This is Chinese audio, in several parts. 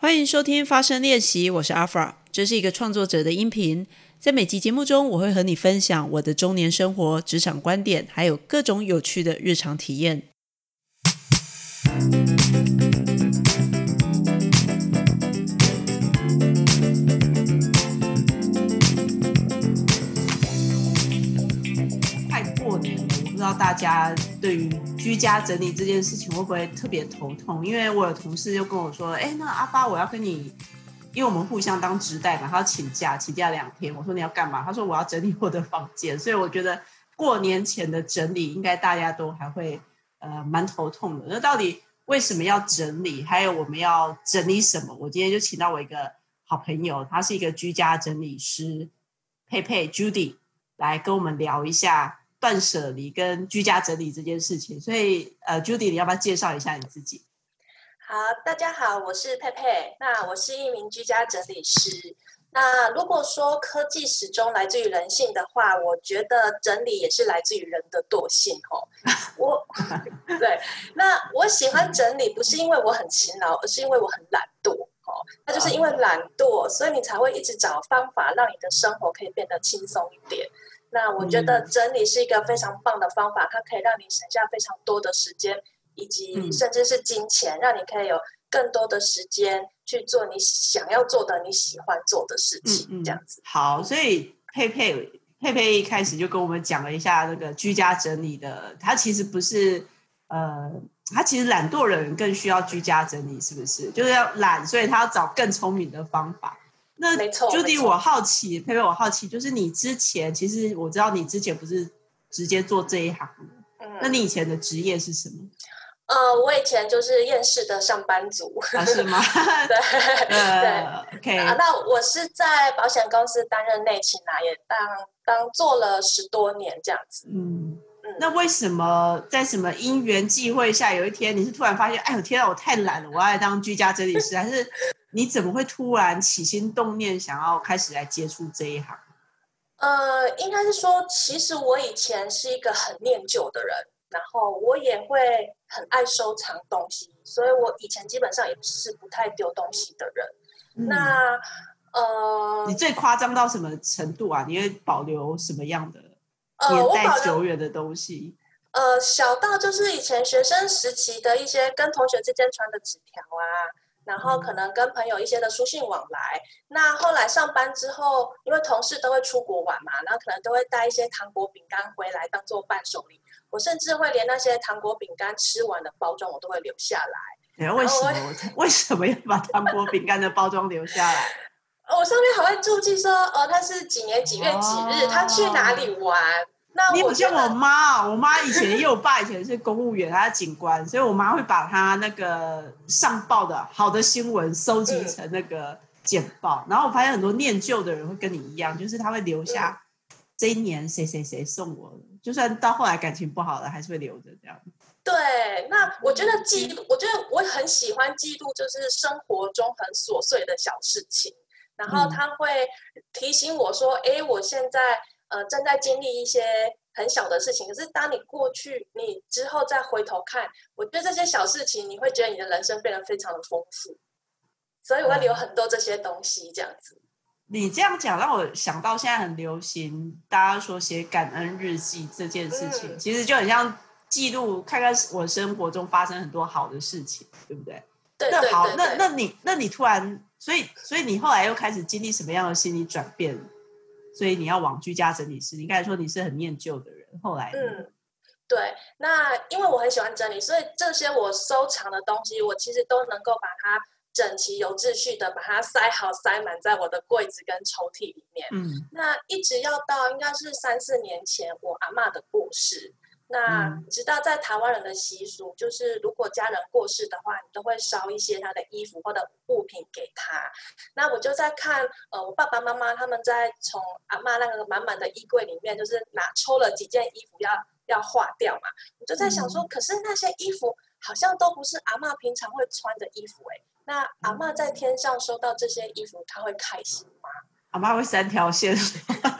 欢迎收听发声练习，我是阿弗拉，这是一个创作者的音频。在每集节目中，我会和你分享我的中年生活、职场观点，还有各种有趣的日常体验。快过年了，我不知道大家对于居家整理这件事情会不会特别头痛？因为我有同事就跟我说，那阿发我要跟你，因为我们互相当职代嘛，他要请假2天。我说你要干嘛？他说我要整理我的房间。所以我觉得过年前的整理，应该大家都还会蛮头痛的。那到底为什么要整理？还有我们要整理什么？我今天就请到我一个好朋友，他是一个居家整理师，佩佩 Judy 来跟我们聊一下断舍离跟居家整理这件事情。所以Judy 你要不要介绍一下你自己？ 好，大家好，我是佩佩。那我是一名居家整理师。那如果说科技始终来自于人性的话，我觉得整理也是来自于人的惰性哦。对，那我喜欢整理，不是因为我很勤劳，而是因为我很懒惰哦。那就是因为懒惰，所以你才会一直找方法，让你的生活可以变得轻松一点。那我觉得整理是一个非常棒的方法，它可以让你省下非常多的时间。以及甚至是金钱，让你可以有更多的时间去做你想要做的、你喜欢做的事情，这样子。 好，所以佩佩一开始就跟我们讲了一下那个居家整理的，他其实不是他其实懒惰人更需要居家整理，是不是？就是要懒，所以他要找更聪明的方法。那没错 Judy，我好奇，佩佩我好奇，就是你之前其实我知道你之前不是直接做这一行的，那你以前的职业是什么？ 我以前就是厌世的上班族， 是吗？ 对对，OK。 那我是在保险公司担任内勤啊，也当做了10多年这样子。 那为什么在什么因缘际会下，有一天你是突然发现，哎呦天啊，我太懒了，我要来当居家整理师，还是你怎么会突然起心动念，想要开始来接触这一行？ 应该是说，其实我以前是一个很念旧的人。然后我也会很爱收藏东西，所以我以前基本上也是不太丢东西的人。那你最夸张到什么程度啊？你会保留什么样的年代久远的东西？ 小到就是以前学生时期的一些跟同学之间传的纸条啊，然后可能跟朋友一些的书信往来。那后来上班之后，因为同事都会出国玩嘛，然后可能都会带一些糖果饼干回来当做伴手礼。我甚至会连那些糖果饼干吃完的包装我都会留下来。 为什么要把糖果饼干的包装留下来？ 我上面还会注记说，他是几年几月几日，他去哪里玩。那你不像我妈，我妈以前因为我爸以前是公务员，他是警官，所以我妈会把他那个上报的好的新闻收集成那个简报。然后我发现很多念旧的人会跟你一样，就是他会留下这一年谁谁谁送我的，就算到后来感情不好了，还是会留着这样。 对，那我觉得我觉得我很喜欢记录，就是生活中很琐碎的小事情，然后他会提醒我说，我现在正在经历一些很小的事情，可是当你过去，你之后再回头看，我觉得这些小事情，你会觉得你的人生变得非常的丰富，所以我会留很多这些东西，这样子。 你这样讲让我想到现在很流行，大家说写感恩日记这件事情，其实就很像记录看看我生活中发生很多好的事情，对不对？ 对。 那好，那你突然，所以你后来又开始经历什么样的心理转变？所以你要往居家整理师，你刚才说你是很念旧的人，后来对，那因为我很喜欢整理，所以这些我收藏的东西，我其实都能够把它整齐有秩序的把它塞好塞满在我的柜子跟抽屉里面。那一直要到应该是3-4年前我阿嬷的过世，那直到在台湾人的习俗，就是如果家人过世的话，你都会烧一些他的衣服或者物品给他。那我就在看我爸爸妈妈他们在从阿嬷那个满满的衣柜里面，就是抽了几件衣服要化掉嘛。我就在想说，可是那些衣服好像都不是阿嬷平常会穿的衣服那阿嬷在天上收到这些衣服，她会开心吗？ 阿嬷会3条线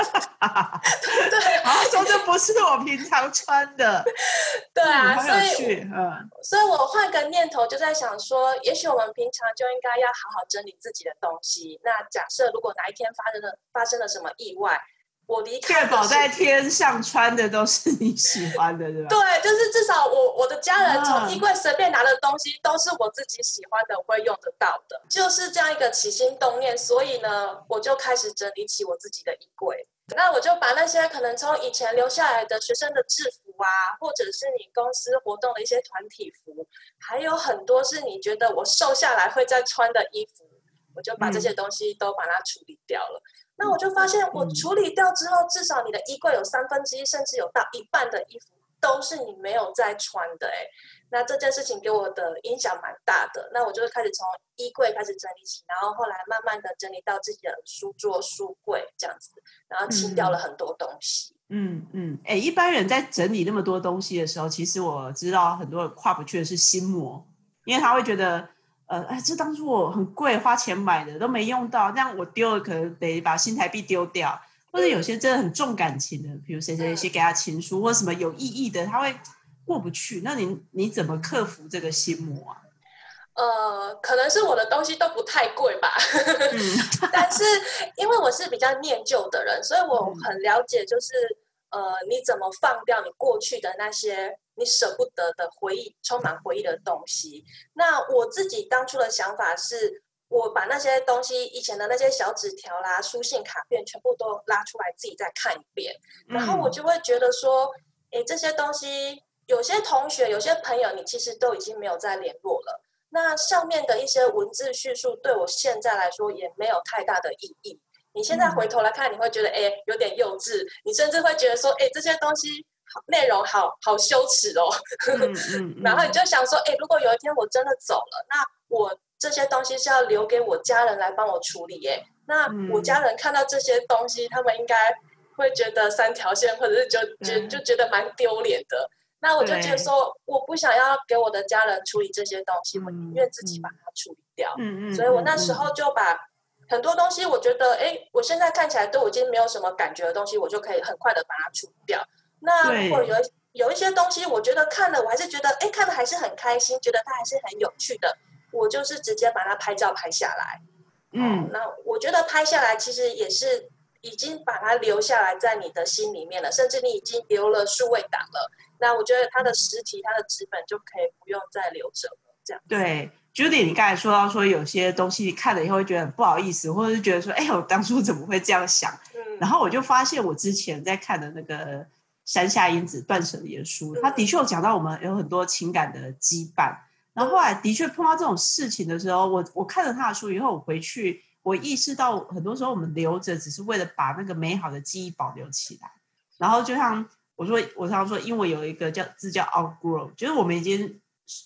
对， 然后说这不是我平常穿的。 对啊， 很有趣。 所以我换个念头，就在想说，也许我们平常就应该要好好整理自己的东西。那假设如果哪一天发生了什么意外，我离开确保在天上穿的都是你喜欢的，对吧？ 对，就是至少我的家人从衣柜随便拿的东西都是我自己喜欢的，会用得到的，就是这样一个起心动念。所以呢，我就开始整理起我自己的衣柜。那我就把那些可能从以前留下来的学生的制服啊，或者是你公司活动的一些团体服，还有很多是你觉得我瘦下来会再穿的衣服，我就把这些东西都把它处理掉了。那我就发现，我处理掉之后，至少你的衣柜有1/3，甚至有到1半的衣服都是你没有在穿的。那这件事情给我的影响蛮大的。那我就开始从衣柜开始整理起，然后后来慢慢的整理到自己的书桌、书柜这样子，然后清掉了很多东西。 一般人在整理那么多东西的时候，其实我知道很多人跨不去的是心魔，因为他会觉得。这当初我很贵花钱买的都没用到，这样我丢了可能得把新台币丢掉，或者有些真的很重感情的，比如谁谁写给他情书或什么有意义的，他会过不去。那你怎么克服这个心魔啊？ 可能是我的东西都不太贵吧，但是因为我是比较念旧的人，所以我很了解，就是你怎么放掉你过去的那些你舍不得的回忆，充满回忆的东西。那我自己当初的想法是，我把那些东西以前的那些小纸条啦、书信、卡片全部都拉出来自己再看一遍，然后我就会觉得说，这些东西有些同学、有些朋友，你其实都已经没有再联络了。那上面的一些文字叙述对我现在来说也没有太大的意义。你现在回头来看，你会觉得有点幼稚，你甚至会觉得说这些东西内容好羞耻哦。然后你就想说如果有一天我真的走了，那我这些东西是要留给我家人来帮我处理那我家人看到这些东西，他们应该会觉得3条线，或者是就觉得蛮丢脸的。那我就觉得说，我不想要给我的家人处理这些东西，我宁愿自己把它处理掉。所以我那时候就把很多东西，我觉得我现在看起来都已经没有什么感觉的东西，我就可以很快的把它处理掉。那如果有一些东西，我觉得看了我还是觉得看的还是很开心，觉得它还是很有趣的，我就是直接把它拍照拍下来。那我觉得拍下来其实也是已经把它留下来在你的心里面了，甚至你已经留了数位档了。那我觉得它的实体、它的纸本就可以不用再留着了，这样。 对 ，Judy， 你刚才说到说有些东西看了以后会觉得很不好意思，或者是觉得说，我当初怎么会这样想？然后我就发现我之前在看的那个山下英子断舍离的书，他的确有讲到我们有很多情感的羁绊。然后后来的确碰到这种事情的时候，我看了他的书以后，我回去我意识到，很多时候我们留着只是为了把那个美好的记忆保留起来。然后就像我常说，因为有一个字叫 outgrow， 就是我们已经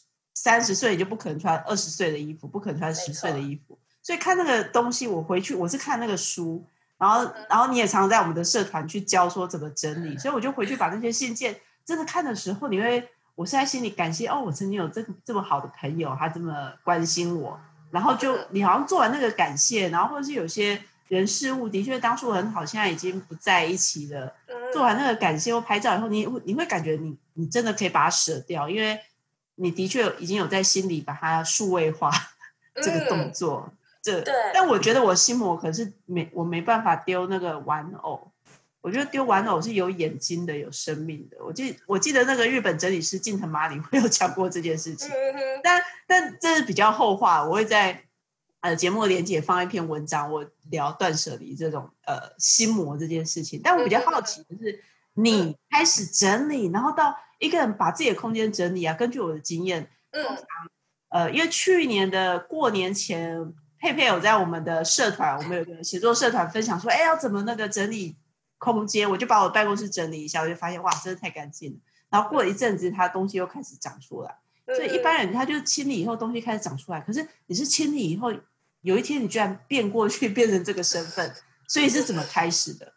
30岁就不可能穿20岁的衣服，不可能穿10岁的衣服。所以看那个东西，我回去我是看那个书，然后你也常常在我们的社团去教说怎么整理，所以我就回去把那些信件真的看的时候，我是在心里感谢我曾经有这么好的朋友，他这么关心我。然后你好像做完那个感谢，然后或者是有些人事物的确当初很好，现在已经不在一起了。做完那个感谢或拍照以后，你会感觉你真的可以把它舍掉，因为你的确已经有在心里把它数位化这个动作。但我觉得我心魔可是我没办法丢那个玩偶。我觉得丢玩偶是有眼睛的、有生命的。我记得那个日本整理师近藤麻里会有讲过这件事情，但这是比较后话。我会在节目的连结放一篇文章，我聊断舍离这种心魔这件事情。但我比较好奇的是，你开始整理，然后到一个人把自己的空间整理啊。根据我的经验，通常因为去年的过年前，佩佩有在我们的社团，我们有个写作社团分享说，要怎么那个整理空间，我就把我的办公室整理一下，我就发现哇，真的太干净了。然后过了一阵子，它东西又开始长出来。所以一般人他就是清理以后东西开始长出来，可是你是清理以后有一天你居然变过去变成这个身份，所以是怎么开始的？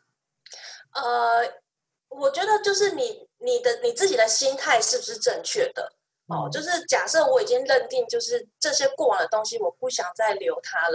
我觉得就是你自己的心态是不是正确的？就是假设我已经认定就是这些过往的东西我不想再留它了，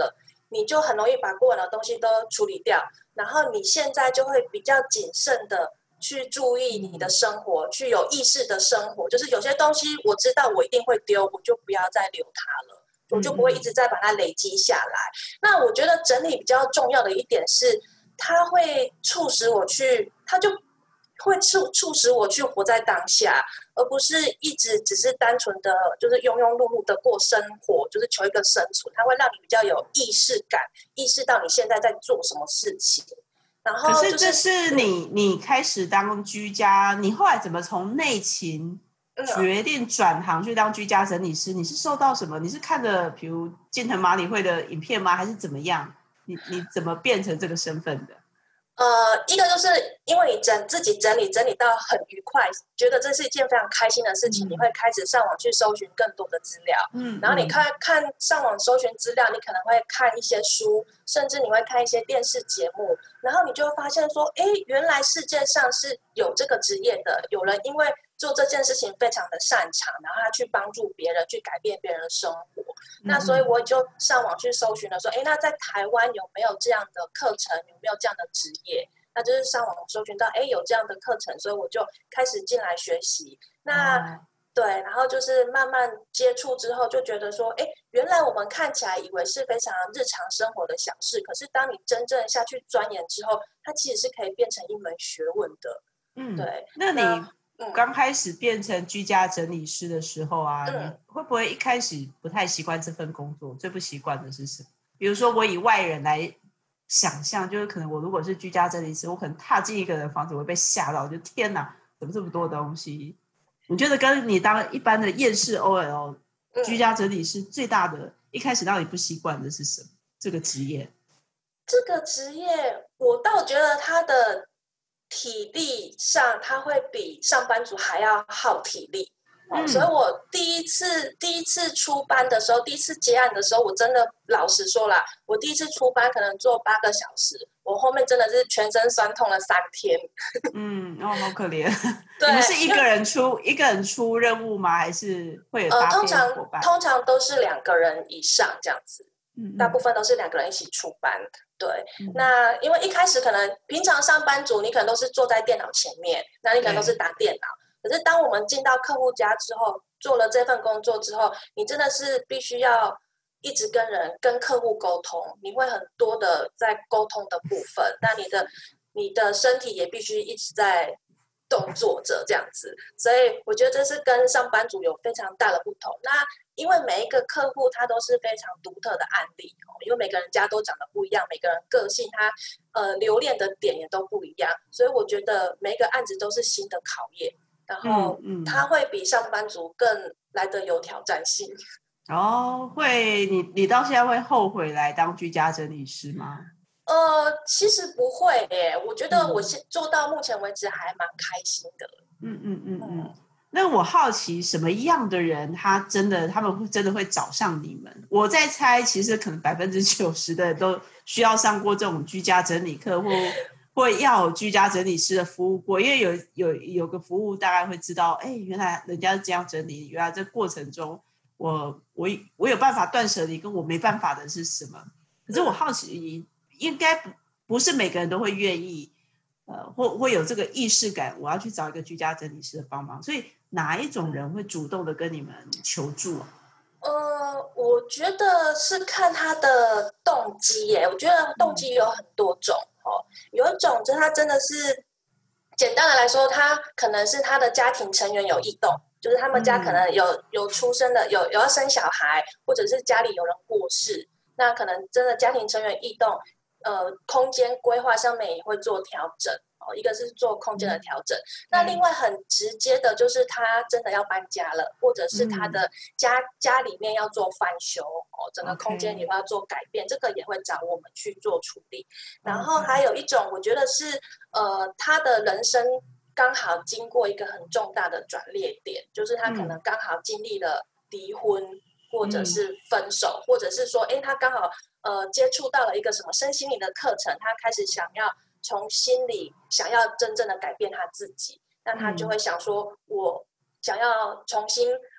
你就很容易把过往的东西都处理掉，然后你现在就会比较谨慎的去注意你的生活，去有意识的生活。就是有些东西我知道我一定会丢，我就不要再留它了，我就不会一直在把它累积下来。那我觉得整理比较重要的一点是，它会促使我去，它就会促使我去活在当下，而不是一直只是单纯的就是庸庸碌碌的过生活，就是求一个生存。它会让你比较有意识感，意识到你现在在做什么事情。然后、 可是这是你开始当居家，你后来怎么从内勤决定转行去当居家整理师？你是受到什么？你是看着比如近藤麻里惠的影片吗？还是怎么样？你怎么变成这个身份的？ 一个就是因为你自己整理到很愉快，觉得这是一件非常开心的事情，你会开始上网去搜寻更多的资料。然后你看上网搜寻资料，你可能会看一些书，甚至你会看一些电视节目，然后你就会发现说，哎，原来世界上是有这个职业的，有人因为做这件事情非常的擅长，然后他去帮助别人，去改变别人的生活。那所以我就上网去搜寻了，说，哎，那在台湾有没有这样的课程？有没有这样的职业？那就是上网搜寻到，哎，有这样的课程，所以我就开始进来学习。那对，然后就是慢慢接触之后，就觉得说，哎，原来我们看起来以为是非常日常生活的小事，可是当你真正下去钻研之后，它其实是可以变成一门学问的。对， 那你刚开始变成居家整理师的时候啊，你会不会一开始不太习惯这份工作？最不习惯的是什么？比如说我以外人来想象，就是可能我如果是居家整理师，我可能踏进一个人房子，我会被吓到，就天哪，怎么这么多东西？你觉得跟你当一般的厌世 OL 居家整理师最大的一开始让你不习惯的是什么？这个职业？ 这个职业，我倒觉得他的体力上，他会比上班族还要耗体力。所以我第一次出班的时候，第一次接案的时候，我真的老实说啦，我第一次出班可能做8个小时，我后面真的是全身酸痛了3天。 好可怜。 对， 你们是一个人出任务吗？还是会有搭配伙伴？ 通常都是2个人以上这样子。大部分都是2个人一起出班。对，那因为一开始可能平常上班族，你可能都是坐在电脑前面，那你可能都是打电脑。可是当我们进到客户家之后，做了这份工作之后，你真的是必须要一直跟客户沟通，你会很多的在沟通的部分。那你的身体也必须一直在动作着这样子，所以我觉得这是跟上班族有非常大的不同。那因为每一个客户他都是非常独特的案例，因为每个人家都长得不一样，每个人个性他留恋的点也都不一样，所以我觉得每一个案子都是新的考验，然后他会比上班族更来得有挑战性。 会你到现在会后悔来当居家整理师吗？ 其实不会耶，我觉得我做到目前为止还蛮开心的。 那我好奇什么样的人他们真的会找上你们？我在猜，其实可能90%的人都需要上过这种居家整理课，或要有居家整理师的服务过，因为有个服务大概会知道，哎，原来人家是这样整理，原来这过程中我有办法断舍离，跟我没办法的是什么？可是我好奇，应该不是每个人都会愿意。会有这个意识感，我要去找一个居家整理师的帮忙，所以哪一种人会主动的跟你们求助啊？ 我觉得是看他的动机耶。我觉得动机有很多种有一种就是他真的是简单的来说，他可能是他的家庭成员有异动，就是他们家可能有出生的有要生小孩，或者是家里有人过世，那可能真的家庭成员异动。空间规划上面也会做调整一个是做空间的调整，那另外很直接的就是他真的要搬家了，或者是他的家里面要做翻修整个空间也会要做改变，这个也会找我们去做处理。然后还有一种我觉得是他的人生刚好经过一个很重大的转捩点，就是他可能刚好经历了离婚，或者是分手，或者是说他刚好接触到了一个什么身心灵的课程，他开始想要从心里想要真正的改变他自己，那他就会想说我想要重新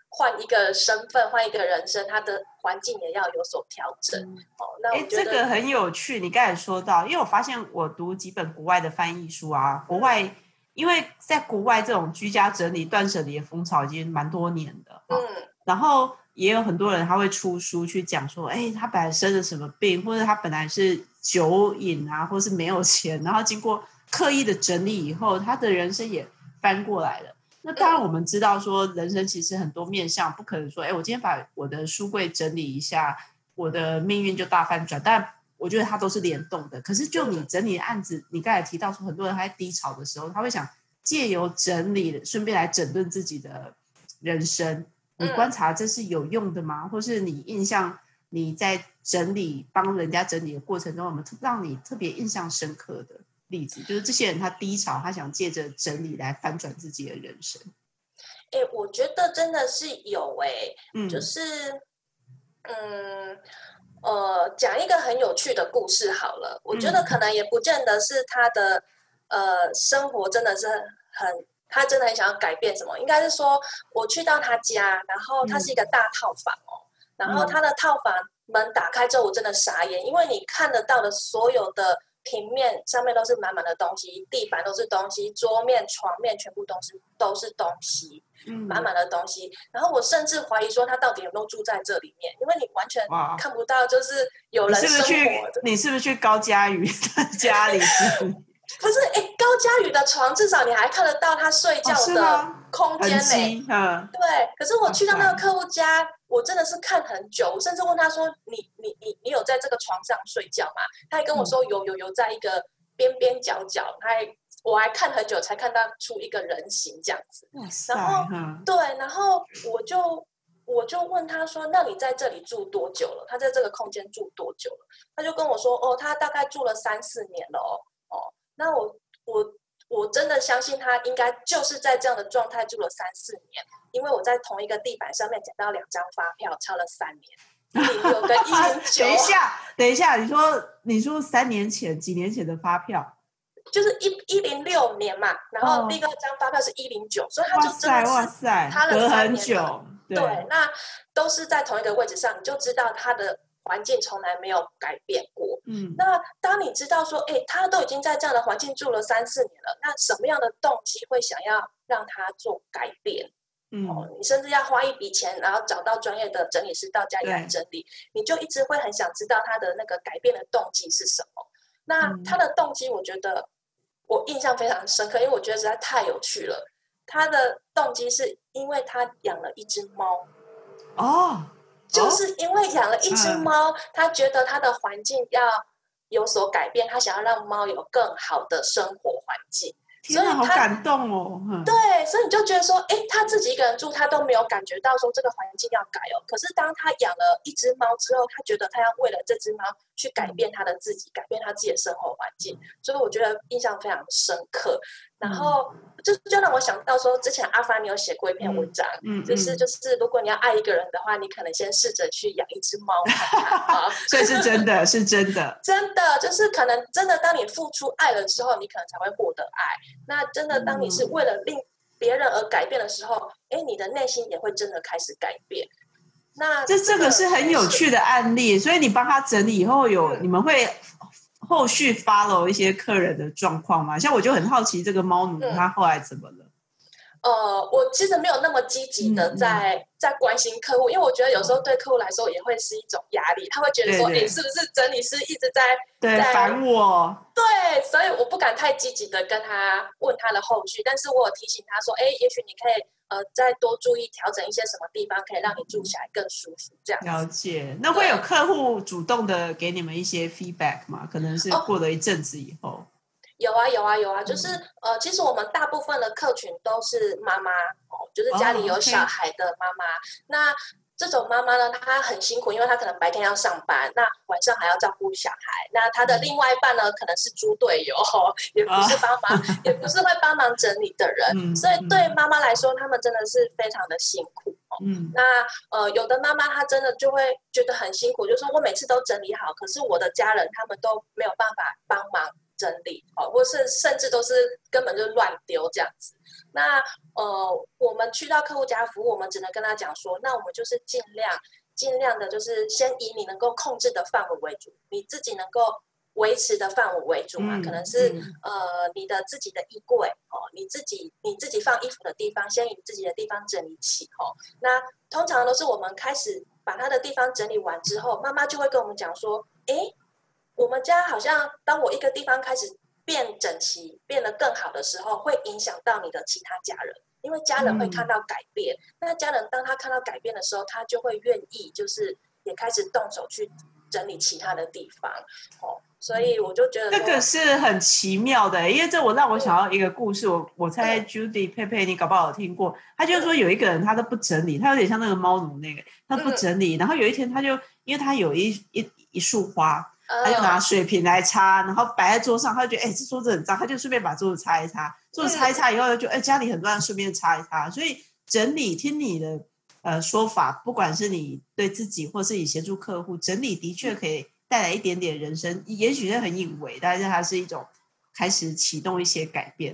换一个身份，换一个人生，他的环境也要有所调整。那我觉得这个很有趣。你刚才说到，因为我发现我读几本国外的翻译书啊，国外因为在国外这种居家整理、断舍离的风潮已经蛮多年的，然后也有很多人他会出书去讲说，他本来生了什么病，或者他本来是酒瘾啊，或是没有钱，然后经过刻意的整理以后，他的人生也翻过来了。那当然我们知道说人生其实很多面向，不可能说我今天把我的书柜整理一下，我的命运就大翻转，但我觉得它都是联动的。可是就你整理的案子，你刚才提到说很多人他在低潮的时候，他会想借由整理顺便来整顿自己的人生。你观察这是有用的吗？或是你印象你在整理帮人家整理的过程中，有没有让你特别印象深刻的例子？就是这些人他低潮，他想借着整理来翻转自己的人生。 我觉得真的是有就是讲一个很有趣的故事好了。我觉得可能也不见得是他的生活真的是他真的很想要改变什么，应该是说我去到他家，然后他是一个大套房然后他的套房门打开之后，我真的傻眼，因为你看得到的所有的平面上面都是满满的东西，地板都是东西，桌面、床面全部都是东西，满满的东西。然后我甚至怀疑说他到底有没有住在这里面，因为你完全看不到就是有人生活的。 你是不是去高嘉瑜的家里？ 不是，高嘉瑜的床至少你还看得到他睡觉的空间对，可是我去到那个客户家，我真的是看很久，我甚至问他说：“你有在这个床上睡觉吗？”他还跟我说有在一个边边角角，我还看很久才看到出一个人形这样子。然后对，然后我就问他说：“那你在这里住多久了？他在这个空间住多久了？”他就跟我说：“他大概住了3-4年了那我真的相信他应该就是在这样的状态住了3-4年，因为我在同一个地板上面捡到2张发票，抄了3年，106跟109。 等一下，你说3年前、几年前的发票， 就是106年嘛，然后第2张发票是109，所以他就真的是他了3年了。对，那都是在同一个位置上，你就知道他的环境从来没有改变过。那当你知道说，他都已经在这样的环境住了3-4年了，那什么样的动机会想要让他做改变？你甚至要花一笔钱，然后找到专业的整理师到家里来整理，你就一直会很想知道他的那个改变的动机是什么。那他的动机，我觉得我印象非常深刻，因为我觉得实在太有趣了。他的动机是因为他养了一只猫。就是因为养了一只猫，他觉得他的环境要有所改变，他想要让猫有更好的生活环境。 天哪，好感动哦！ 对，所以你就觉得说，他自己一个人住，他都没有感觉到说这个环境要改可是当他养了一只猫之后，他觉得他要为了这只猫去改变他的自己，改变他自己的生活环境。所以我觉得印象非常深刻。然后就让我想到说，之前阿发你有写过一篇文章，就是如果你要爱一个人的话，你可能先试着去养一只猫看看所以是真的，是真的， 真的就是可能真的，当你付出爱了之后，你可能才会获得爱。那真的，当你是为了令别人而改变的时候，你的内心也会真的开始改变。那这个是很有趣的案例，所以你帮他整理以后你们会后续 follow 一些客人的状况吗？像我就很好奇这个猫奴他后来怎么了？ 我其实没有那么积极的在关心客户，因为我觉得有时候对客户来说也会是一种压力，他会觉得说，是不是整理师一直在烦我？ 对，所以我不敢太积极的跟他问他的后续，但是我有提醒他说，也许你可以再多注意调整一些什么地方，可以让你住起来更舒服。这样了解。那会有客户主动的给你们一些 feedback 吗？可能是过了一阵子以后。 有啊，就是其实我们大部分的客群都是妈妈就是家里有小孩的妈妈。那这种妈妈呢，她很辛苦，因为她可能白天要上班，那晚上还要照顾小孩。那她的另外一半呢，可能是猪队友，也不是帮忙，也不是会帮忙整理的人。所以对妈妈来说，他们真的是非常的辛苦。那有的妈妈她真的就会觉得很辛苦，就是说我每次都整理好，可是我的家人他们都没有办法帮忙整理或是甚至都是根本就乱丢这样子。那我们去到客户家服务，我们只能跟他讲说，那我们就是尽量的，就是先以你能够控制的范围为主，你自己能够维持的范围为主嘛，可能是你的自己的衣柜你自己放衣服的地方，先以自己的地方整理起那通常都是我们开始把他的地方整理完之后，妈妈就会跟我们讲说，我们家好像当我一个地方开始变整齐，变得更好的时候，会影响到你的其他家人，因为家人会看到改变。那家人当他看到改变的时候，他就会愿意就是也开始动手去整理其他的地方所以我就觉得这个是很奇妙的，因为这让我想到一个故事，我猜 Judy 佩佩你搞不好有听过，他就说有一个人他都不整理，他有点像那个猫奴那个，他不整理，然后有一天他就因为他有一束花，他就拿水瓶来擦，然后摆在桌上，他就觉得这桌子很脏，他就顺便把桌子擦一擦，桌子擦一擦以后就家里很乱，顺便擦一擦。所以整理，听你的说法，不管是你对自己或是你协助客户，整理的确可以带来一点点人生，也许是很隐微，但是它是一种开始启动一些改变。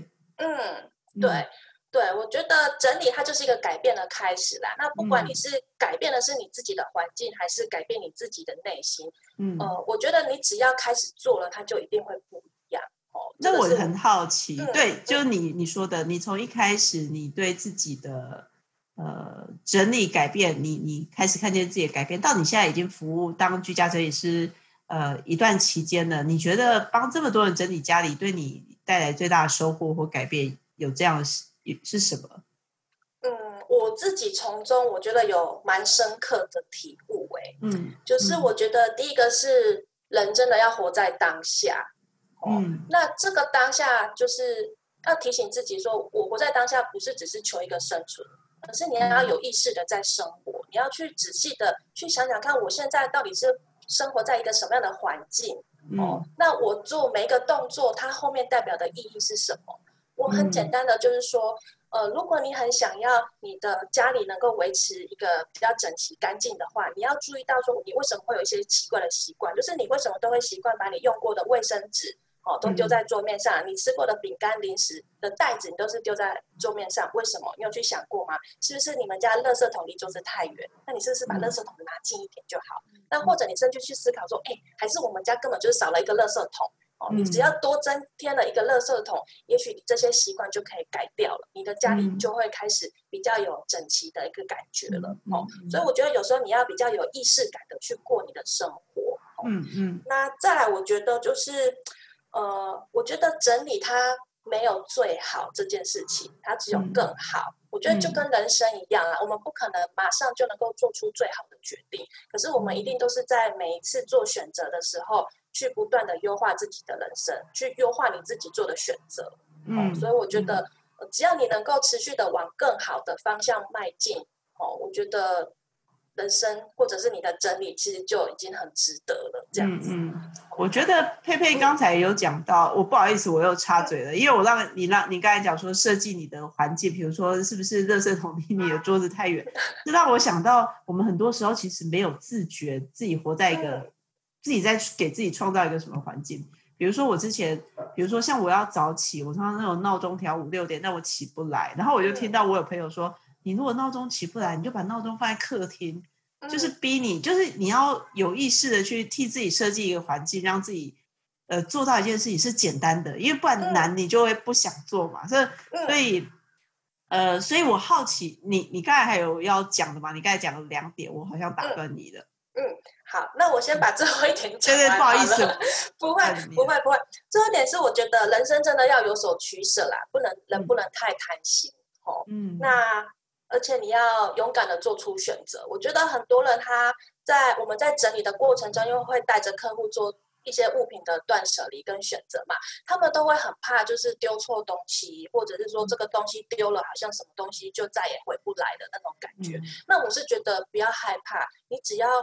对，我觉得整理它就是一个改变的开始啦。那不管你是改变的是你自己的环境，还是改变你自己的内心，我觉得你只要开始做了，它就一定会不一样那我很好奇，对，就你说的，你从一开始你对自己的整理改变，你开始看见自己的改变，到你现在已经服务当居家整理师一段期间了，你觉得帮这么多人整理家里，对你带来最大的收获或改变有这样是什么？ 我自己从中我觉得有蛮深刻的体悟就是我觉得第一个是人真的要活在当下那这个当下就是要提醒自己说，我活在当下不是只是求一个生存，可是你要有意识的在生活，你要去仔细的去想想看，我现在到底是生活在一个什么样的环境那我做每一个动作，它后面代表的意义是什么？我很简单的就是说，如果你很想要你的家里能够维持一个比较整齐干净的话，你要注意到说，你为什么会有一些奇怪的习惯，就是你为什么都会习惯把你用过的卫生纸都丢在桌面上，你吃过的饼干、零食的袋子，你都是丢在桌面上，为什么？你有去想过吗？是不是你们家垃圾桶离桌子太远？那你是不是把垃圾桶拿近一点就好？那或者你甚至去思考说，还是我们家根本就是少了一个垃圾桶你只要多增添了一个垃圾桶，也许你这些习惯就可以改掉了，你的家里就会开始比较有整齐的一个感觉了所以我觉得有时候你要比较有意识感的去过你的生活那再来我觉得就是我觉得整理它没有最好这件事情，它只有更好我觉得就跟人生一样我们不可能马上就能够做出最好的决定，可是我们一定都是在每一次做选择的时候去不断的优化自己的人生，去优化你自己做的选择所以我觉得只要你能够持续的往更好的方向迈进我觉得人生或者是你的整理其实就已经很值得了这样子我觉得佩佩刚才有讲到我不好意思我又插嘴了因为我让你刚才讲说设计你的环境，比如说是不是垃圾桶离你的桌子太远这让我想到我们很多时候其实没有自觉自己活在一个自己在给自己创造一个什么环境，比如说我之前比如说像我要早起，我常常那种闹钟调5、6点但我起不来，然后我就听到我有朋友说你如果闹钟起不来你就把闹钟放在客厅就是逼你就是你要有意识的去替自己设计一个环境，让自己做到一件事情是简单的，因为不然难你就会不想做嘛所以我好奇你刚才还有要讲的吗？你刚才讲了2点我好像打断你的好，那我先把最后一点讲完对不好意思不会最后一点是我觉得人生真的要有所取舍啦，人不能太贪心那而且你要勇敢的做出选择。我觉得很多人我们在整理的过程中，因为会带着客户做一些物品的断舍离跟选择嘛，他们都会很怕就是丢错东西，或者是说这个东西丢了好像什么东西就再也回不来的那种感觉那我是觉得不要害怕，你只要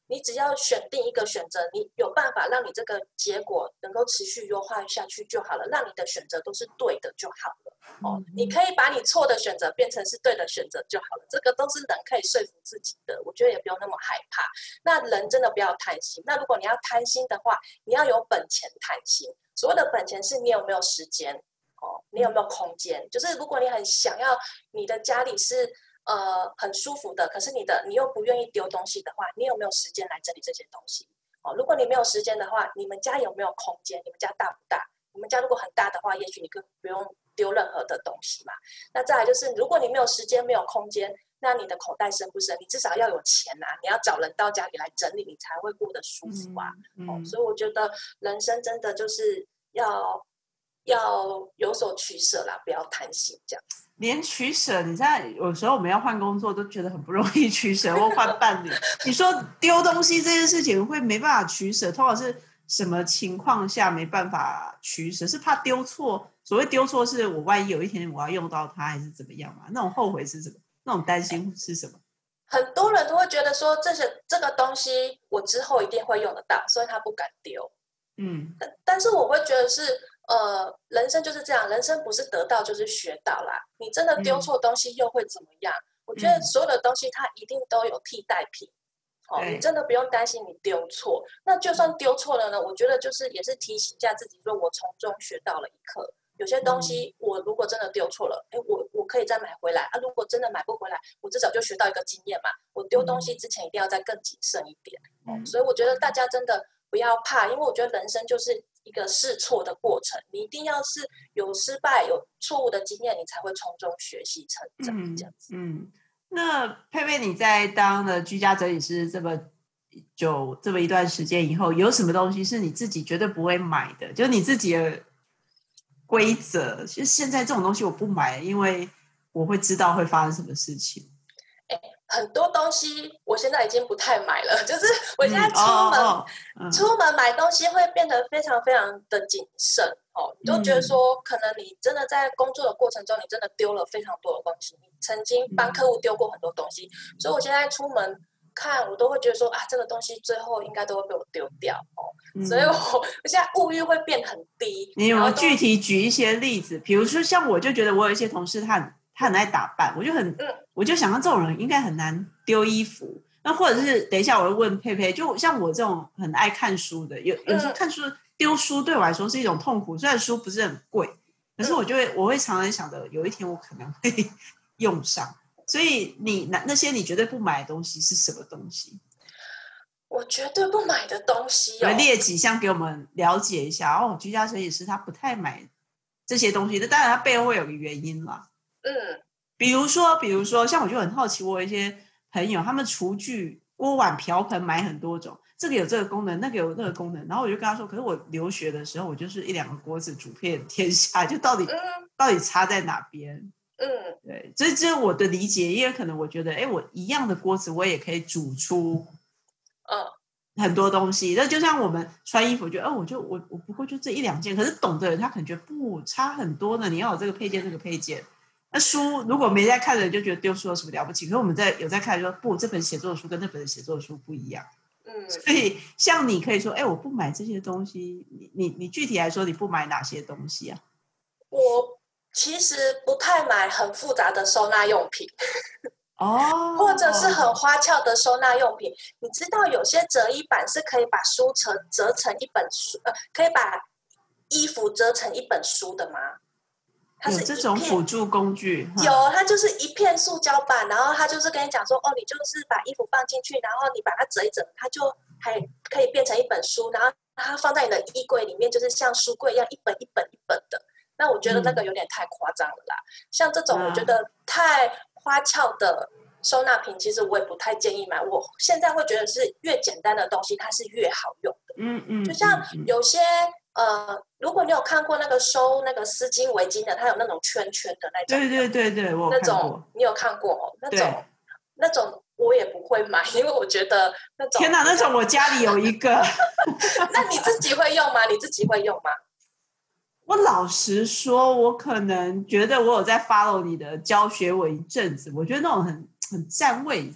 你只要选定一个选择，你有办法让你这个结果能够持续优化下去就好了，让你的选择都是对的就好了。你可以把你错的选择变成是对的选择就好了，这个都是人可以说服自己的，我觉得也不用那么害怕。那人真的不要贪心，那如果你要贪心的话，你要有本钱贪心。所谓的本钱是你有没有时间，你有没有空间，就是如果你很想要你的家里是很舒服的，可是你又不愿意丢东西的话，你有没有时间来整理这些东西？如果你没有时间的话，你们家有没有空间？你们家大不大？你们家如果很大的话，也许你不用丢任何的东西嘛。那再来就是，如果你没有时间、没有空间，那你的口袋深不深？你至少要有钱啊！你要找人到家里来整理，你才会过得舒服啊。所以我觉得人生真的就是要有所取舍啦，不要贪心这样。 连取舍，你在有时候我们要换工作都觉得很不容易取舍，或换伴侣。你说丢东西这件事情会没办法取舍，通常是什么情况下没办法取舍？是怕丢错？所谓丢错，是我万一有一天我要用到它，还是怎么样嘛？那种后悔是什么？那种担心是什么？ 很多人都会觉得说，这个东西我之后一定会用得到，所以他不敢丢。但是我会觉得是。人生就是这样，人生不是得到就是学到啦。你真的丢错东西又会怎么样？我觉得所有的东西它一定都有替代品。你真的不用担心你丢错。那就算丢错了呢，我觉得就是也是提醒一下自己，说我从中学到了一课。有些东西我如果真的丢错了，我可以再买回来啊。如果真的买不回来，我至少就学到一个经验嘛。我丢东西之前一定要再更谨慎一点。所以我觉得大家真的不要怕，因为我觉得人生就是一个试错的过程，你一定要是有失败、有错误的经验，你才会从中学习成长。这样子。 那佩佩，你在当了居家整理师这么一段时间以后，有什么东西是你自己绝对不会买的？就是你自己的规则，就现在这种东西我不买，因为我会知道会发生什么事情。 很多东西我现在已经不太买了，就是我现在出门买东西会变得非常非常的谨慎。你都觉得说，可能你真的在工作的过程中，你真的丢了非常多的东西，你曾经帮客户丢过很多东西，所以我现在出门看，我都会觉得说啊，这个东西最后应该都会被我丢掉。所以我现在物欲会变很低。 你有没有具体举一些例子？比如说像我就觉得我有一些同事他很爱打扮，我就想到这种人应该很难丢衣服。那或者是等一下我会问佩佩，就像我这种很爱看书的，有时候看书丢书对我来说是一种痛苦，虽然书不是很贵，可是我会常常想着有一天我可能会用上。所以那些你绝对不买的东西是什么东西？ 我绝对不买的东西列几项给我们了解一下。居家整理师他不太买这些东西，那当然他背后会有个原因啦。比如说像我就很好奇，我有一些朋友他们厨具锅碗瓢盆买很多种，这个有这个功能，那个有那个功能，然后我就跟他说，可是我留学的时候我就是1-2个锅子煮遍天下，就到底差在哪边？对，这是我的理解，因为可能我觉得我一样的锅子我也可以煮出很多东西。那就像我们穿衣服，觉得我不过就这1-2件，可是懂的人他可能觉得不差很多呢，你要有这个配件这个配件。那书如果没在看的人就觉得丢书有什么了不起，可是我们有在看说不，这本写作的书跟那本写作的书不一样。所以像你可以说我不买这些东西，你具体来说你不买哪些东西啊？ 我其实不太买很复杂的收纳用品或者是很花俏的收纳用品。你知道有些折衣板是可以把书折成一本书，可以把衣服折成一本书的吗？它是有这种辅助工具？ 有，它就是一片塑胶板，然后它就是跟你讲说，你就是把衣服放进去，然后你把它折一折，它就还可以变成一本书，然后它放在你的衣柜里面，就是像书柜一样一本一本一本的。那我觉得那个有点太夸张了啦。像这种我觉得太花俏的收纳品，其实我也不太建议买。我现在会觉得是越简单的东西它是越好用的。就像有些如果你有看过那个收那个丝巾围巾的，它有那种圈圈的那种。 对，我有看过。 那种你有看过那种我也不会买，因为我觉得那种， 天哪，那种我家里有一个。 那你自己会用吗？你自己会用吗？ 我老实说，我可能觉得我有在 follow 你的教学文一阵子，我觉得那种很占位置。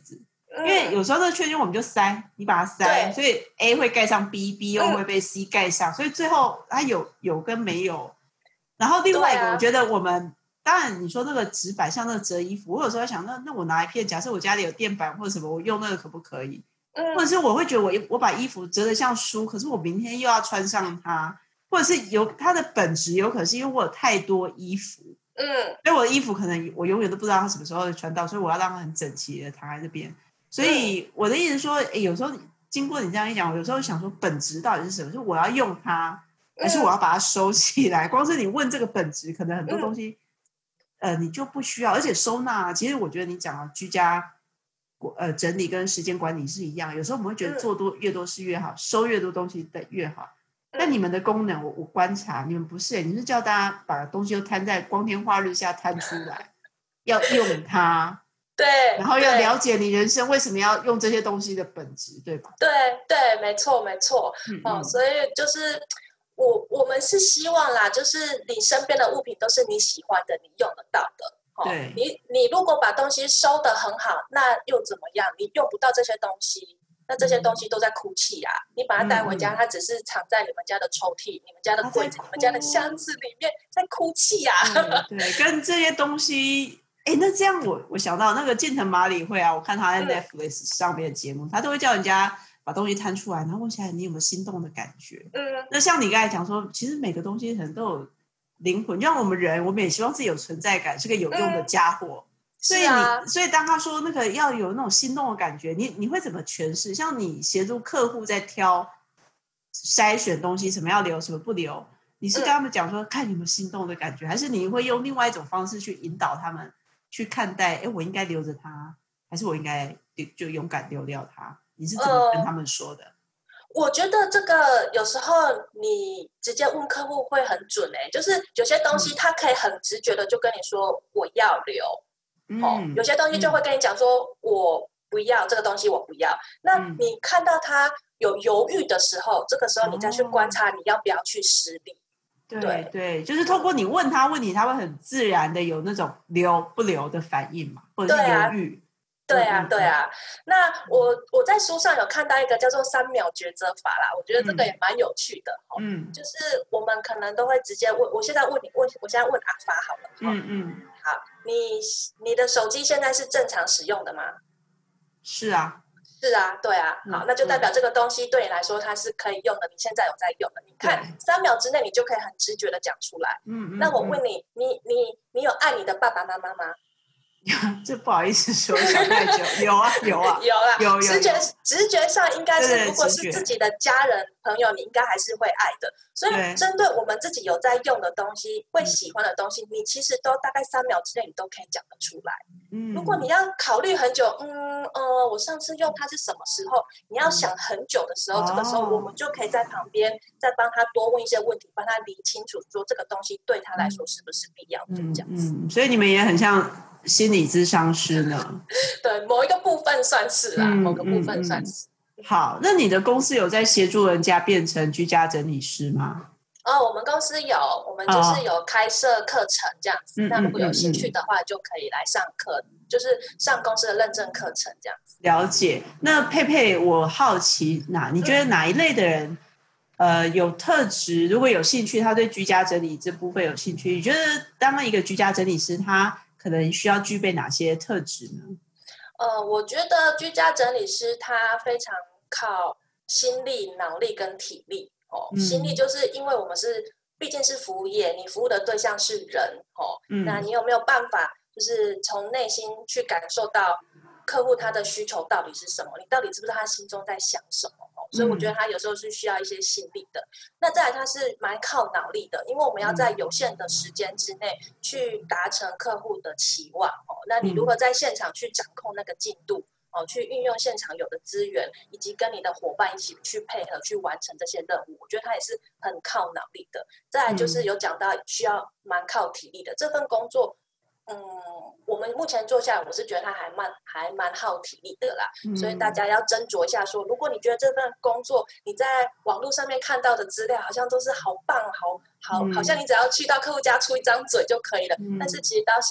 因为有时候这个圈圈我们就塞，你把它塞，所以 A 会盖上 B，B 又会被 C 盖上，所以最后它有跟没有。然后另外一个，我觉得我们当然你说那个纸板像那个折衣服，我有时候想，那我拿一片，假设我家里有垫板或者什么，我用那个可不可以？或者是我会觉得我把衣服折得像书，可是我明天又要穿上它，或者是它的本质有可能是因为我有太多衣服，所以我的衣服可能我永远都不知道它什么时候会穿到，所以我要让它很整齐的躺在这边。所以我的意思是说，有时候经过你这样一讲，我有时候想说本质到底是什么？是我要用它，还是我要把它收起来？光是你问这个本质，可能很多东西，你就不需要。而且收纳，其实我觉得你讲的居家整理跟时间管理是一样，有时候我们会觉得做越多事越好，收越多东西的越好。但你们的功能，我观察你们不是，你是叫大家把东西都摊在光天化日下摊出来，要用它。 对， 然后要了解你人生为什么要用这些东西的本质，对吧？ 对，没错。所以就是我们是希望啦，就是你身边的物品都是你喜欢的，你用得到的。 对， 你如果把东西收得很好，那又怎么样？你用不到这些东西，那这些东西都在哭泣啊！你把它带回家，它只是藏在你们家的抽屉、你们家的柜子、你们家的箱子里面，在哭泣啊！ 对，跟这些东西。那这样我想到那个建藤麻里惠啊，我看他在 Netflix 上面的节目，他都会叫人家把东西摊出来，然后问起来你有没有心动的感觉。那像你刚才讲说，其实每个东西可能都有灵魂，就像我们人，我们也希望自己有存在感，是个有用的家伙。所以当他说那个要有那种心动的感觉，你会怎么诠释？像你协助客户在筛选东西，什么要留，什么不留，你是跟他们讲说看你有没有心动的感觉，还是你会用另外一种方式去引导他们去看待，我应该留着它，还是我应该就勇敢丢掉它？你是怎么跟他们说的？ 我觉得这个有时候你直接问客户会很准就是有些东西他可以很直觉的就跟你说我要留，有些东西就会跟你讲说我不要这个东西，我不要。那你看到他有犹豫的时候，这个时候你再去观察你要不要去施力。 对，就是透过你问他问题，他会很自然的有那种留不留的反应嘛，或者是犹豫。 对啊。那我在书上有看到一个叫做3秒抉择法啦，我觉得这个也蛮有趣的。就是我们可能都会直接问，我现在问阿发好了。好，你的手机现在是正常使用的吗？ 是啊。 对啊，好，那就代表这个东西对你来说它是可以用的，你现在有在用的。你看3秒之内，你就可以很直觉的讲出来。那我问你，你有爱你的爸爸妈妈吗？ 这不好意思说，想太久。有啊，有。 直觉上应该是，如果是自己的家人朋友，你应该还是会爱的。所以针对我们自己有在用的东西，会喜欢的东西，你其实都大概3秒之内，你都可以讲得出来。如果你要考虑很久，我上次用它是什么时候？你要想很久的时候，这个时候我们就可以在旁边再帮他多问一些问题，帮他理清楚，说这个东西对他来说是不是必要的，这样子。 所以你们也很像心理咨商师呢。 对，某一个部分算是啦，某个部分算是。 好，那你的公司有在协助人家变成居家整理师吗？ 我们公司有，我们就是有开设课程这样子。那如果有兴趣的话，就可以来上课，就是上公司的认证课程这样子。 了解。那佩佩，我好奇你觉得哪一类的人，有特质？如果有兴趣，他对居家整理这部分有兴趣，你觉得当一个居家整理师，他可能需要具备哪些特质呢？ 我觉得居家整理师他非常靠心力、脑力跟体力。心力就是因为我们毕竟是服务业，你服务的对象是人那你有没有办法就是从内心去感受到客户他的需求到底是什么？你到底知不知道他心中在想什么？所以我觉得他有时候是需要一些心力的。那再来他是蛮靠脑力的，因为我们要在有限的时间之内去达成客户的期望那你如何在现场去掌控那个进度？去运用现场有的资源，以及跟你的伙伴一起去配合去完成这些任务，我觉得它也是很靠脑力的。再来就是有讲到需要蛮靠体力的这份工作，我们目前做下来，我是觉得它还蛮耗体力的啦。所以大家要斟酌一下说，如果你觉得这份工作你在网络上面看到的资料好像都是好棒好像你只要去到客户家出一张嘴就可以了，但是其实到现场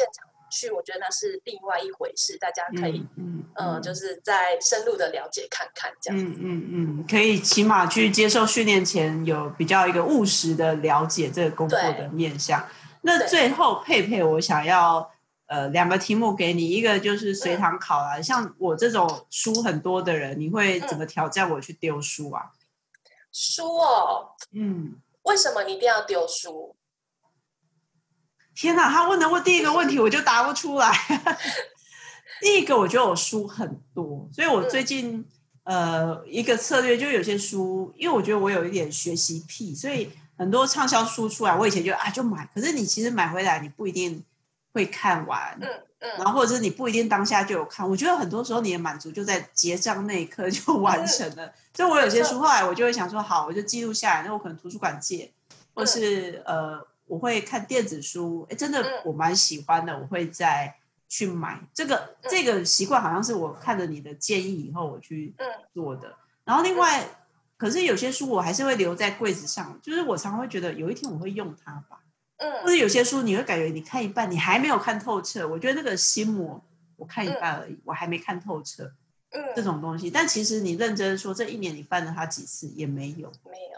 趣，我觉得那是另外一回事，大家可以就是再深入的了解看看这样子。 可以起码去接受训练前有比较一个务实的了解这个工作的面向。那最后佩佩，我想要2个题目给你，一个就是随堂考啦，像我这种书很多的人，你会怎么挑战我去丢书啊？ 书哦，为什么你一定要丢书？ 天哪，他问第一个问题我就答不出来。第一个，我觉得我书很多，所以我最近一个策略就是有些书，因为我觉得我有一点学习癖，所以很多畅销书出来，我以前就买，可是你其实买回来你不一定会看完，然后或者是你不一定当下就有看，我觉得很多时候你的满足就在结账那一刻就完成了，所以我有些书后来我就会想说，好，我就记录下来，那我可能图书馆借，或是我会看电子书，真的我蛮喜欢的，我会再去买。这个习惯好像是我看了你的建议以后我去做的。然后另外，可是有些书我还是会留在柜子上，就是我常常会觉得有一天我会用它吧。或者有些书你会感觉你看一半，你还没有看透彻。我觉得那个心魔，我看一半而已，我还没看透彻。这种东西，但其实你认真说，这1年你翻了它几次也没有。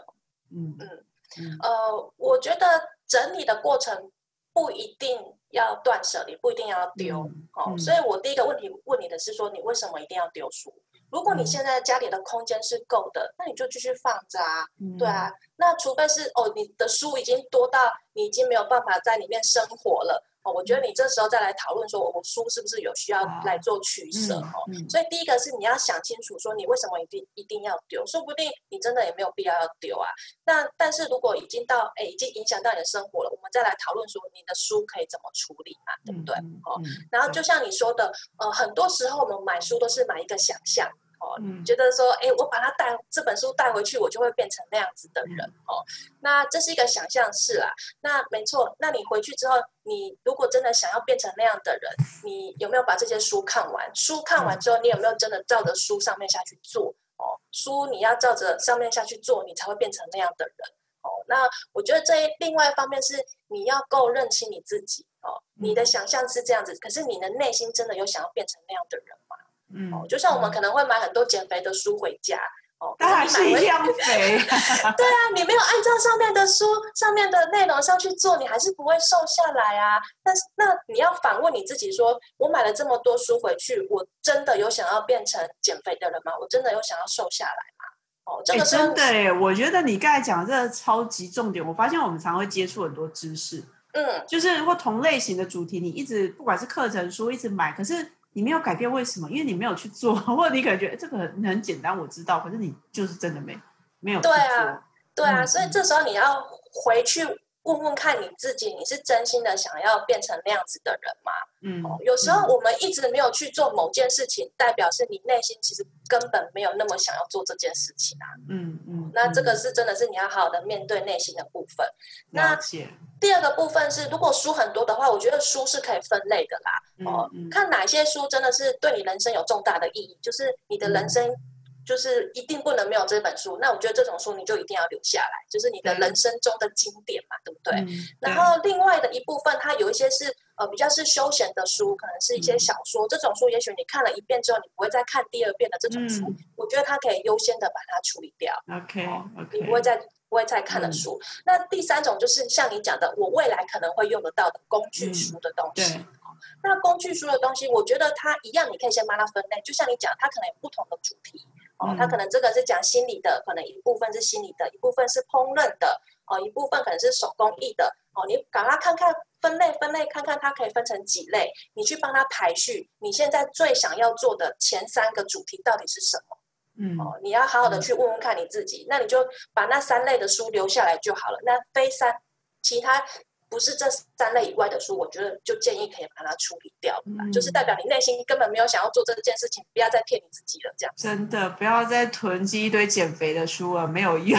我觉得整理的过程不一定要断舍离，不一定要丢。所以我第一个问题问你的是说，你为什么一定要丢书？如果你现在家里的空间是够的，那你就继续放着啊。对啊，那除非是你的书已经多到你已经没有办法在里面生活了。我觉得你这时候再来讨论说，我书是不是有需要来做取舍。所以第一个是你要想清楚说，你为什么一定要丢？说不定你真的也没有必要要丢啊。但是如果已经影响到你的生活了，我们再来讨论说你的书可以怎么处理嘛，对不对？然后就像你说的，很多时候我们买书都是买一个想象。觉得说，我把这本书带回去，我就会变成那样子的人。那这是一个想象式啦。那没错，那你回去之后，你如果真的想要变成那样的人，你有没有把这些书看完？书看完之后，你有没有真的照着书上面下去做？书你要照着上面下去做，你才会变成那样的人。那我觉得另外一方面是你要够认清你自己。你的想象是这样子，可是你的内心真的有想要变成那样的人吗？就像我们可能会买很多减肥的书回家， 当然是一样肥。 对啊，你没有按照上面的书上面的内容上去做，你还是不会瘦下来啊。但是那你要反问你自己说，我买了这么多书回去，我真的有想要变成减肥的人吗？我真的有想要瘦下来吗？这个真的耶，我觉得你刚才讲的这个超级重点。我发现我们常会接触很多知识，就是或同类型的主题，你一直不管是课程书一直买，可是你没有改变，为什么？因为你没有去做，或者你感觉这个很简单，我知道，可是你就是真的没有去做。 对啊，所以这时候你要回去问问看你自己，你是真心的想要变成那样子的人吗？有时候我们一直没有去做某件事情，代表是你内心其实根本没有那么想要做这件事情啊。那这个是真的是你要好好的面对内心的部分。那第二个部分是，如果书很多的话，我觉得书是可以分类的啦。看哪些书真的是对你人生有重大的意义，就是你的人生就是一定不能没有这本书。那我觉得这种书你就一定要留下来，就是你的人生中的经典嘛，对不对？然后另外的一部分，它有一些是比较是休闲的书，可能是一些小说。这种书也许你看了1遍之后，你不会再看第2遍的这种书，我觉得它可以优先的把它处理掉。你不会再看的书。那第3种就是像你讲的，我未来可能会用得到的工具书的东西。那工具书的东西，我觉得它一样，你可以先把它分类。就像你讲，它可能有不同的主题。它可能这个是讲心理的，可能一部分是心理的，一部分是烹饪的，一部分可能是手工艺的。你把它看看分类，看看它可以分成几类，你去帮它排序。你现在最想要做的前3个主题到底是什么？你要好好的去问问看你自己。那你就把那3类的书留下来就好了。那其他不是这3类以外的书，我觉得就建议可以把它处理掉。就是代表你内心根本没有想要做这件事情，不要再骗你自己了。这样真的不要再囤积一堆减肥的书了，没有用。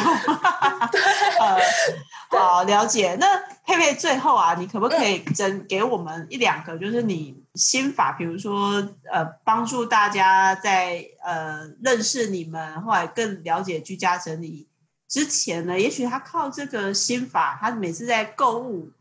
好，了解。那佩佩最后啊，你可不可以给我们1-2个，就是你心法，比如说帮助大家在认识你们，后来更了解居家整理之前呢，也许他靠这个心法，他每次在购物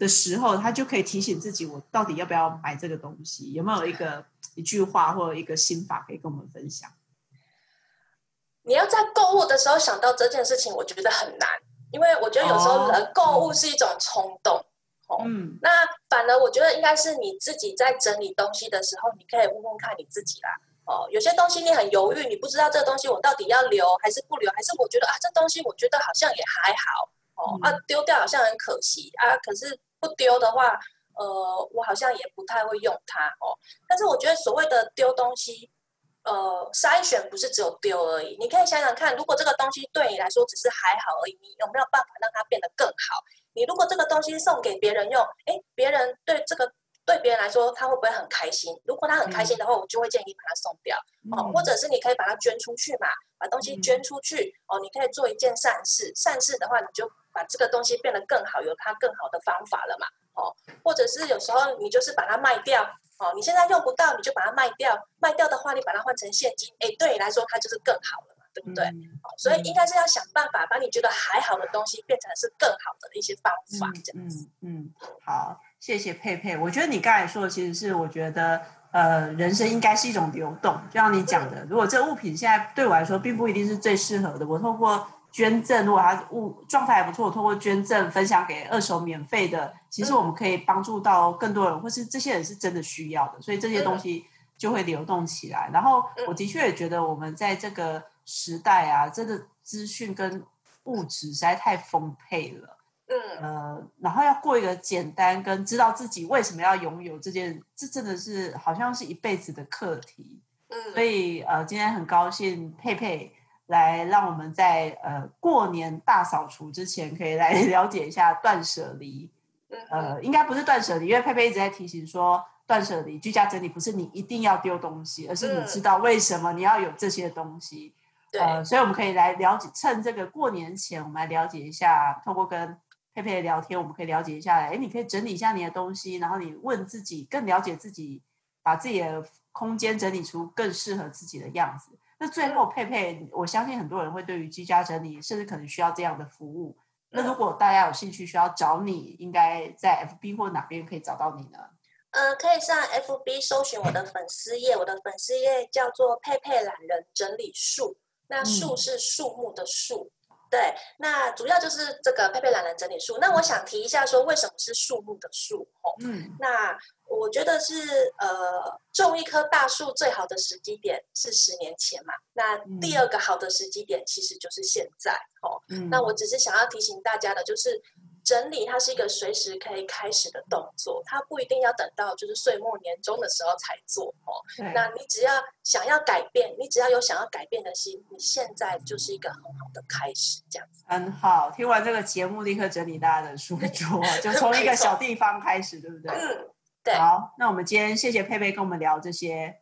的时候，他就可以提醒自己，我到底要不要买这个东西？有没有一句话或者一个心法可以跟我们分享？ 你要在购物的时候想到这件事情，我觉得很难，因为我觉得有时候人购物是一种冲动。那反而我觉得应该是你自己在整理东西的时候，你可以问问看你自己啦。有些东西你很犹豫，你不知道这个东西我到底要留还是不留，还是我觉得这东西我觉得好像也还好丢掉好像很可惜可是不丢的话，我好像也不太会用它但是我觉得所谓的丢东西，筛选不是只有丢而已，你可以想想看，如果这个东西对你来说只是还好而已，你有没有办法让它变得更好？你如果这个东西送给别人用，别人对别人来说他会不会很开心？如果他很开心的话，我就会建议把它送掉或者是你可以把它捐出去嘛，把东西捐出去你可以做一件善事，善事的话你就把这个东西变得更好，有它更好的方法了嘛或者是有时候你就是把它卖掉你现在用不到你就把它卖掉，卖掉的话你把它换成现金，对你来说它就是更好了嘛，对不对所以应该是要想办法把你觉得还好的东西变成是更好的一些方法这样子好，谢谢佩佩。我觉得你刚才说的其实是我觉得人生应该是一种流动，就像你讲的如果这物品现在对我来说并不一定是最适合的，我透过捐赠，如果它状态还不错，我透过捐赠分享给二手免费的，其实我们可以帮助到更多人，或是这些人是真的需要的，所以这些东西就会流动起来。然后我的确也觉得我们在这个时代真的资讯跟物质实在太丰沛了然后要过一个简单跟知道自己为什么要拥有这真的是好像是一辈子的课题所以今天很高兴佩佩来让我们在过年大扫除之前可以来了解一下断舍离应该不是断舍离，因为佩佩一直在提醒说断舍离居家整理不是你一定要丢东西，而是你知道为什么你要有这些东西所以我们可以来了解，趁这个过年前我们来了解一下，透过跟佩佩的聊天我们可以了解一下你可以整理一下你的东西，然后你问自己更了解自己，把自己的空间整理出更适合自己的样子。那最后佩佩我相信很多人会对于居家整理甚至可能需要这样的服务，那如果大家有兴趣需要找你，应该在 FB 或哪边可以找到你呢？ 可以上 FB 搜寻我的粉丝页，我的粉丝页叫做佩佩懒人整理术，那树是树木的树对，那主要就是这个佩佩懒人整理术。那我想提一下说为什么是树木的树那我觉得是种一棵大树最好的时机点是10年前嘛，那第二个好的时机点其实就是现在那我只是想要提醒大家的就是整理它是一个随时可以开始的动作，它不一定要等到就是岁末年终的时候才做那你只要想要改变，你只要有想要改变的心，你现在就是一个很好的开始这样子。 很好，听完这个节目立刻整理大家的书桌就从一个小地方开始对不对对。 好，那我们今天谢谢佩佩跟我们聊这些。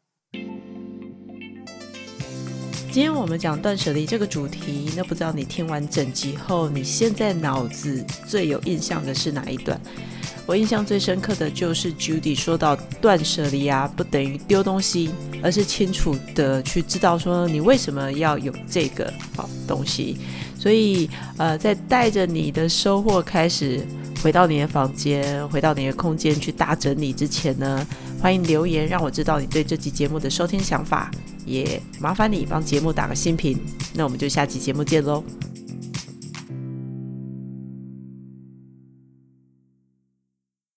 今天我们讲断舍离这个主题，那不知道你听完整集后，你现在脑子最有印象的是哪一段？我印象最深刻的就是 Judy 说到断舍离不等于丢东西，而是清楚的去知道说你为什么要有这个东西。所以在带着你的收获开始回到你的房间，回到你的空间去大整理之前呢，欢迎留言让我知道你对这集节目的收听想法，也麻烦你帮节目打个新评。那我们就下集节目见咯。